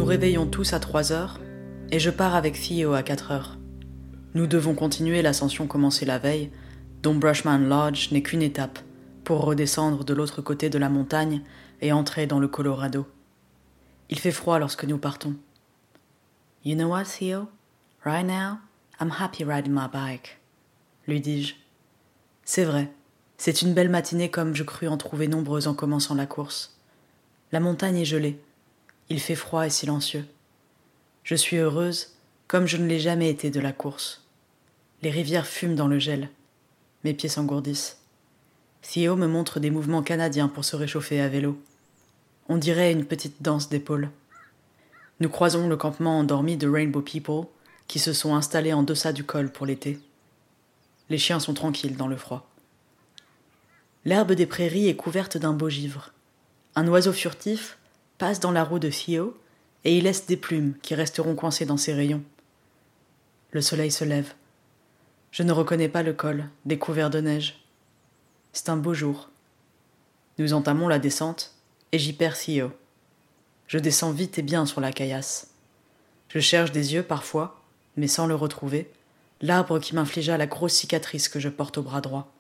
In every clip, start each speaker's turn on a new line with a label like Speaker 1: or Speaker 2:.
Speaker 1: réveillons tous à 3 heures et je pars avec Theo à 4 heures. Nous devons continuer l'ascension commencée la veille, dont Brushman Lodge n'est qu'une étape, pour redescendre de l'autre côté de la montagne et entrer dans le Colorado. Il fait froid lorsque nous partons. « You know what, Theo? Right now, I'm happy riding my bike, » lui dis-je. C'est vrai, c'est une belle matinée comme je crus en trouver nombreuses en commençant la course. La montagne est gelée, il fait froid et silencieux. Je suis heureuse comme je ne l'ai jamais été de la course. Les rivières fument dans le gel. Mes pieds s'engourdissent. Theo me montre des mouvements canadiens pour se réchauffer à vélo. On dirait une petite danse d'épaules. Nous croisons le campement endormi de Rainbow People qui se sont installés en deçà du col pour l'été. Les chiens sont tranquilles dans le froid. L'herbe des prairies est couverte d'un beau givre. Un oiseau furtif passe dans la roue de Theo et y laisse des plumes qui resteront coincées dans ses rayons. Le soleil se lève. Je ne reconnais pas le col, découvert de neige. C'est un beau jour. Nous entamons la descente et j'y perds Theo. Je descends vite et bien sur la caillasse. Je cherche des yeux parfois, mais sans le retrouver, l'arbre qui m'infligea la grosse cicatrice que je porte au bras droit.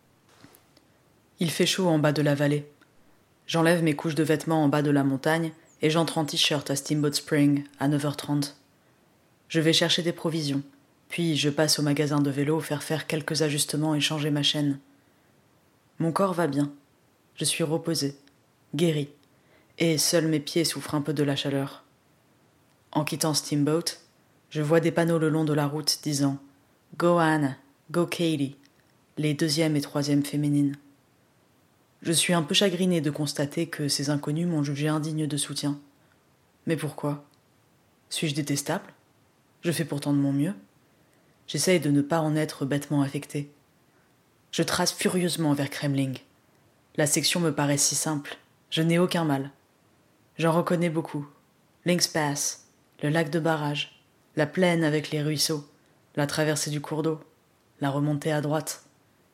Speaker 1: Il fait chaud en bas de la vallée. J'enlève mes couches de vêtements en bas de la montagne et j'entre en t-shirt à Steamboat Spring à 9h30. Je vais chercher des provisions, puis je passe au magasin de vélo faire quelques ajustements et changer ma chaîne. Mon corps va bien. Je suis reposée, guérie, et seuls mes pieds souffrent un peu de la chaleur. En quittant Steamboat, je vois des panneaux le long de la route disant « Go Anna, go Katie », les 2e et 3e féminines. Je suis un peu chagrinée de constater que ces inconnus m'ont jugée indigne de soutien. Mais pourquoi? Suis-je détestable? Je fais pourtant de mon mieux. J'essaye de ne pas en être bêtement affectée. Je trace furieusement vers Kremling. La section me paraît si simple. Je n'ai aucun mal. J'en reconnais beaucoup. Lynx Pass, le lac de barrage, la plaine avec les ruisseaux, la traversée du cours d'eau, la remontée à droite.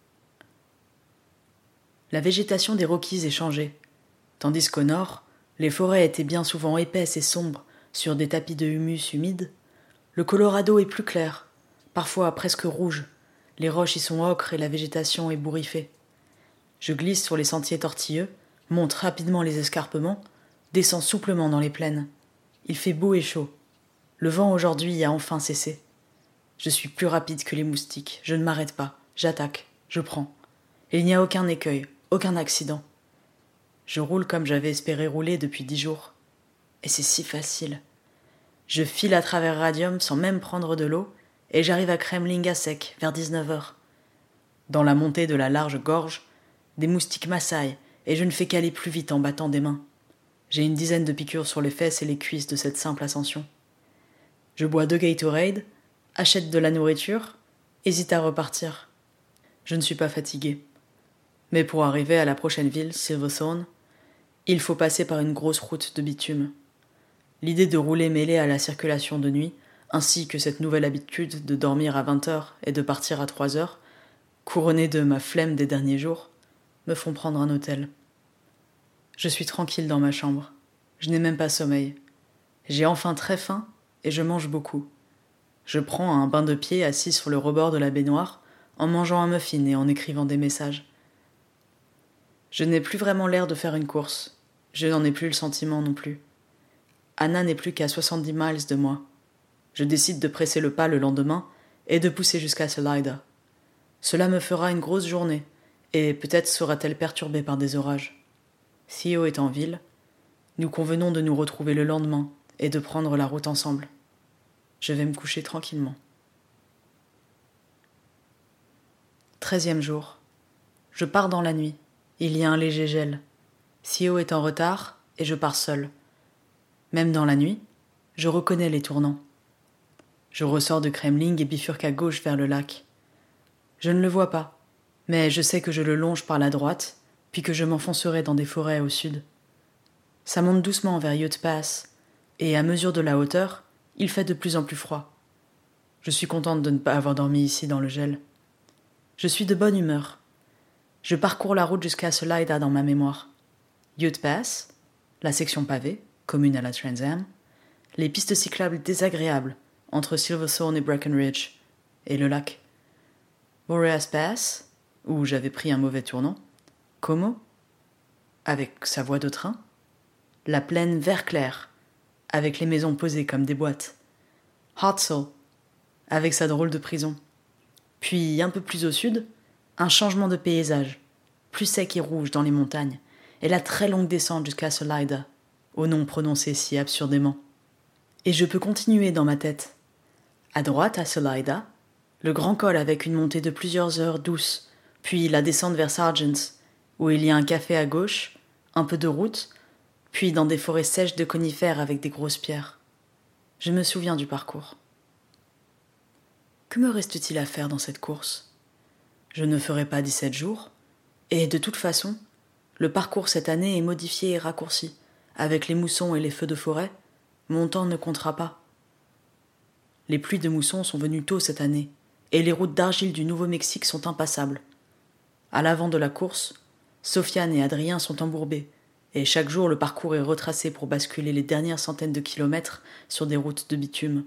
Speaker 1: La végétation des Rockies est changée, tandis qu'au nord, les forêts étaient bien souvent épaisses et sombres sur des tapis de humus humides. Le Colorado est plus clair, parfois presque rouge. Les roches y sont ocres et la végétation ébouriffée. Je glisse sur les sentiers tortueux, monte rapidement les escarpements, descends souplement dans les plaines. Il fait beau et chaud. Le vent aujourd'hui a enfin cessé. Je suis plus rapide que les moustiques. Je ne m'arrête pas. J'attaque. Je prends. Et il n'y a aucun écueil, aucun accident. Je roule comme j'avais espéré rouler depuis 10 jours. Et c'est si facile. Je file à travers Radium sans même prendre de l'eau et j'arrive à Kremling à sec vers 19h. Dans la montée de la large gorge, des moustiques m'assaillent et je ne fais qu'aller plus vite en battant des mains. J'ai une dizaine de piqûres sur les fesses et les cuisses de cette simple ascension. Je bois 2 Gatorade, achète de la nourriture, hésite à repartir. Je ne suis pas fatiguée. Mais pour arriver à la prochaine ville, Silverthorne, il faut passer par une grosse route de bitume. L'idée de rouler mêlée à la circulation de nuit, ainsi que cette nouvelle habitude de dormir à 20h et de partir à 3h, couronnée de ma flemme des derniers jours, me font prendre un hôtel. Je suis tranquille dans ma chambre. Je n'ai même pas sommeil. J'ai enfin très faim et je mange beaucoup. Je prends un bain de pied assis sur le rebord de la baignoire, en mangeant un muffin et en écrivant des messages. Je n'ai plus vraiment l'air de faire une course. Je n'en ai plus le sentiment non plus. Anna n'est plus qu'à 70 miles de moi. Je décide de presser le pas le lendemain et de pousser jusqu'à Salida. Cela me fera une grosse journée, et peut-être sera-t-elle perturbée par des orages. Theo est en ville. Nous convenons de nous retrouver le lendemain et de prendre la route ensemble. Je vais me coucher tranquillement. 13e jour. Je pars dans la nuit. Il y a un léger gel. Theo est en retard et je pars seule. Même dans la nuit, je reconnais les tournants. Je ressors de Kremling et bifurque à gauche vers le lac. Je ne le vois pas, mais je sais que je le longe par la droite, puis que je m'enfoncerai dans des forêts au sud. Ça monte doucement vers Ute Pass, et à mesure de la hauteur, il fait de plus en plus froid. Je suis contente de ne pas avoir dormi ici dans le gel. Je suis de bonne humeur. Je parcours la route jusqu'à Salida dans ma mémoire. Ute Pass, la section pavée, commune à la Trans Am, les pistes cyclables désagréables entre Silverthorne et Breckenridge, et le lac. Boreas Pass, où j'avais pris un mauvais tournant. Como, avec sa voie de train. La plaine vert clair, avec les maisons posées comme des boîtes. Hartselle, avec sa drôle de prison. Puis, un peu plus au sud, un changement de paysage, plus sec et rouge dans les montagnes, et la très longue descente jusqu'à Salida, au nom prononcé si absurdément. Et je peux continuer dans ma tête. À droite, à Salida, le grand col avec une montée de plusieurs heures douces, puis la descente vers Sargents, où il y a un café à gauche, un peu de route, puis dans des forêts sèches de conifères avec des grosses pierres. Je me souviens du parcours. Que me reste-t-il à faire dans cette course ? Je ne ferai pas 17 jours, et de toute façon, le parcours cette année est modifié et raccourci. Avec les moussons et les feux de forêt, mon temps ne comptera pas. Les pluies de mousson sont venues tôt cette année, et les routes d'argile du Nouveau-Mexique sont impassables. À l'avant de la course, Sofiane et Adrien sont embourbés, et chaque jour le parcours est retracé pour basculer les dernières centaines de kilomètres sur des routes de bitume.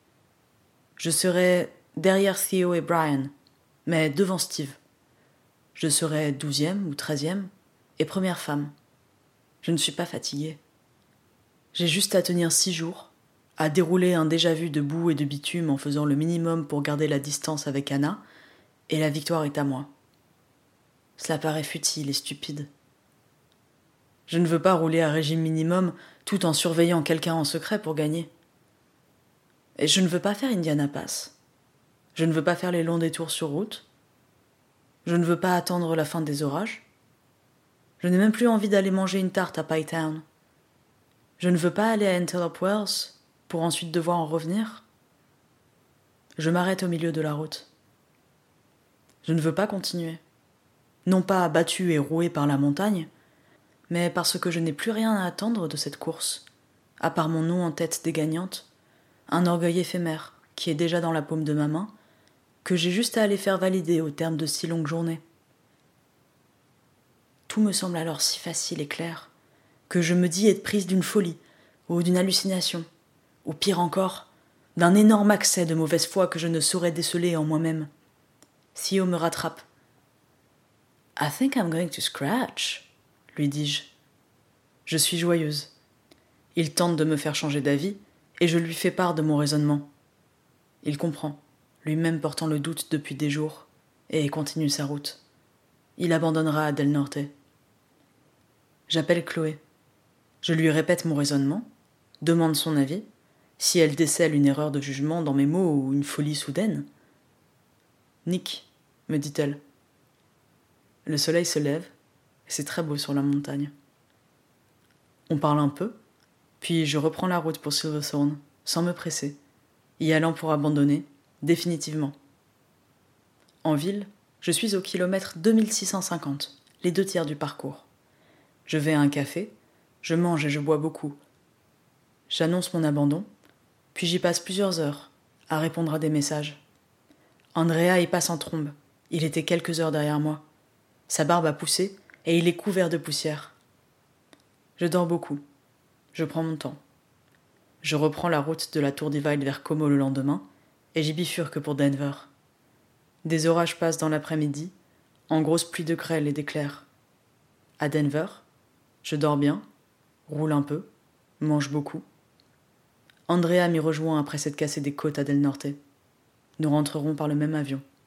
Speaker 1: Je serai derrière Theo et Brian, mais devant Steve. Je serai 12e ou 13e, et première femme. Je ne suis pas fatiguée. J'ai juste à tenir 6 jours, à dérouler un déjà-vu de boue et de bitume en faisant le minimum pour garder la distance avec Anna, et la victoire est à moi. Cela paraît futile et stupide. Je ne veux pas rouler à régime minimum tout en surveillant quelqu'un en secret pour gagner. Et je ne veux pas faire Indiana Pass. Je ne veux pas faire les longs détours sur route. Je ne veux pas attendre la fin des orages. Je n'ai même plus envie d'aller manger une tarte à Pytown. Je ne veux pas aller à Antelope Wells pour ensuite devoir en revenir. Je m'arrête au milieu de la route. Je ne veux pas continuer. Non pas abattu et roué par la montagne, mais parce que je n'ai plus rien à attendre de cette course, à part mon nom en tête des gagnantes, un orgueil éphémère qui est déjà dans la paume de ma main, que j'ai juste à aller faire valider au terme de si longues journées. Tout me semble alors si facile et clair, que je me dis être prise d'une folie, ou d'une hallucination, ou pire encore, d'un énorme accès de mauvaise foi que je ne saurais déceler en moi-même. Theo me rattrape. « I think I'm going to scratch », lui dis-je. Je suis joyeuse. Il tente de me faire changer d'avis, et je lui fais part de mon raisonnement. Il comprend, lui-même portant le doute depuis des jours, et continue sa route. Il abandonnera à Del Norte. J'appelle Chloé. Je lui répète mon raisonnement, demande son avis, si elle décèle une erreur de jugement dans mes mots ou une folie soudaine. « Nick », me dit-elle. Le soleil se lève, et c'est très beau sur la montagne. On parle un peu, puis je reprends la route pour Silverthorne, sans me presser, y allant pour abandonner, définitivement. En ville, je suis au kilomètre 2650, les 2/3 du parcours. Je vais à un café, je mange et je bois beaucoup. J'annonce mon abandon, puis j'y passe plusieurs heures, à répondre à des messages. Andrea y passe en trombe, il était quelques heures derrière moi. Sa barbe a poussé, et il est couvert de poussière. Je dors beaucoup. Je prends mon temps. Je reprends la route de la Tour Divide vers Como le lendemain, et j'y bifurque pour Denver. Des orages passent dans l'après-midi, en grosses pluies de grêle et d'éclairs. À Denver, je dors bien, roule un peu, mange beaucoup. Andrea m'y rejoint après s'être cassé des côtes à Del Norte. Nous rentrerons par le même avion.